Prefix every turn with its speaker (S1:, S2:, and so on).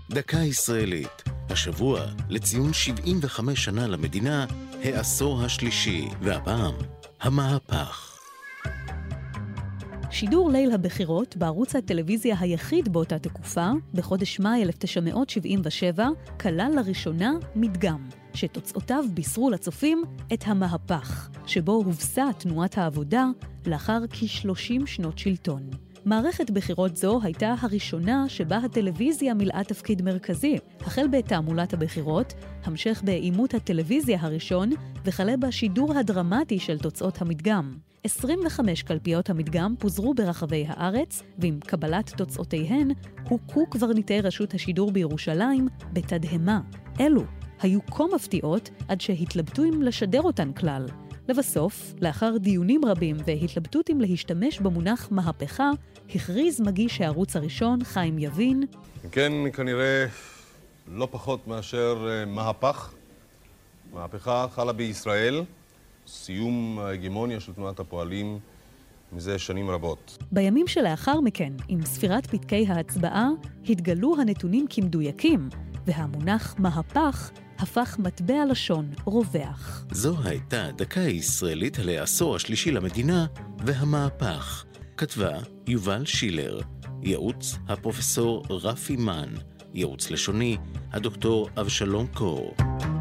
S1: דקה ישראלית, השבוע לציון 75 שנה למדינה, העשור השלישי, והפעם, המהפך.
S2: שידור ליל הבחירות בערוץ הטלוויזיה היחיד באותה תקופה, בחודש מאי 1977, כלל לראשונה מדגם, שתוצאותיו בישרו לצופים את המהפך, שבו הובסה תנועת העבודה לאחר כ-30 שנות שלטון. מערכת בחירות זו הייתה הראשונה שבה הטלוויזיה מילאה תפקיד מרכזי, החל בתעמולת הבחירות, המשך באימות הטלוויזיה הראשון, וכלה בשידור הדרמטי של תוצאות המדגם. 25 קלפיות המדגם פוזרו ברחבי הארץ, ועם קבלת תוצאותיהן הוקו קברניטי רשות השידור בירושלים בתדהמה. אלו היו כה מפתיעות עד שהתלבטו אם לשדר אותן כלל. לבסוף, לאחר דיונים רבים והתלבטות אם להשתמש במונח מהפכה, הכריז מגיש הערוץ הראשון, חיים יבין.
S3: כן, כנראה לא פחות מאשר מהפך. מהפכה חלה בישראל, סיום ההגמוניה של תנועת הפועלים מזה שנים רבות.
S2: בימים שלאחר מכן, עם ספירת פתקי ההצבעה, התגלו הנתונים כמדויקים, והמונח מהפך הפך מטבע לשון רווח.
S1: זו הייתה דקה ישראלית על העשור השלישי למדינה והמהפך. כתבה יובל שילר, ייעוץ הפרופסור רפי מן, ייעוץ לשוני הדוקטור אבשלום קור.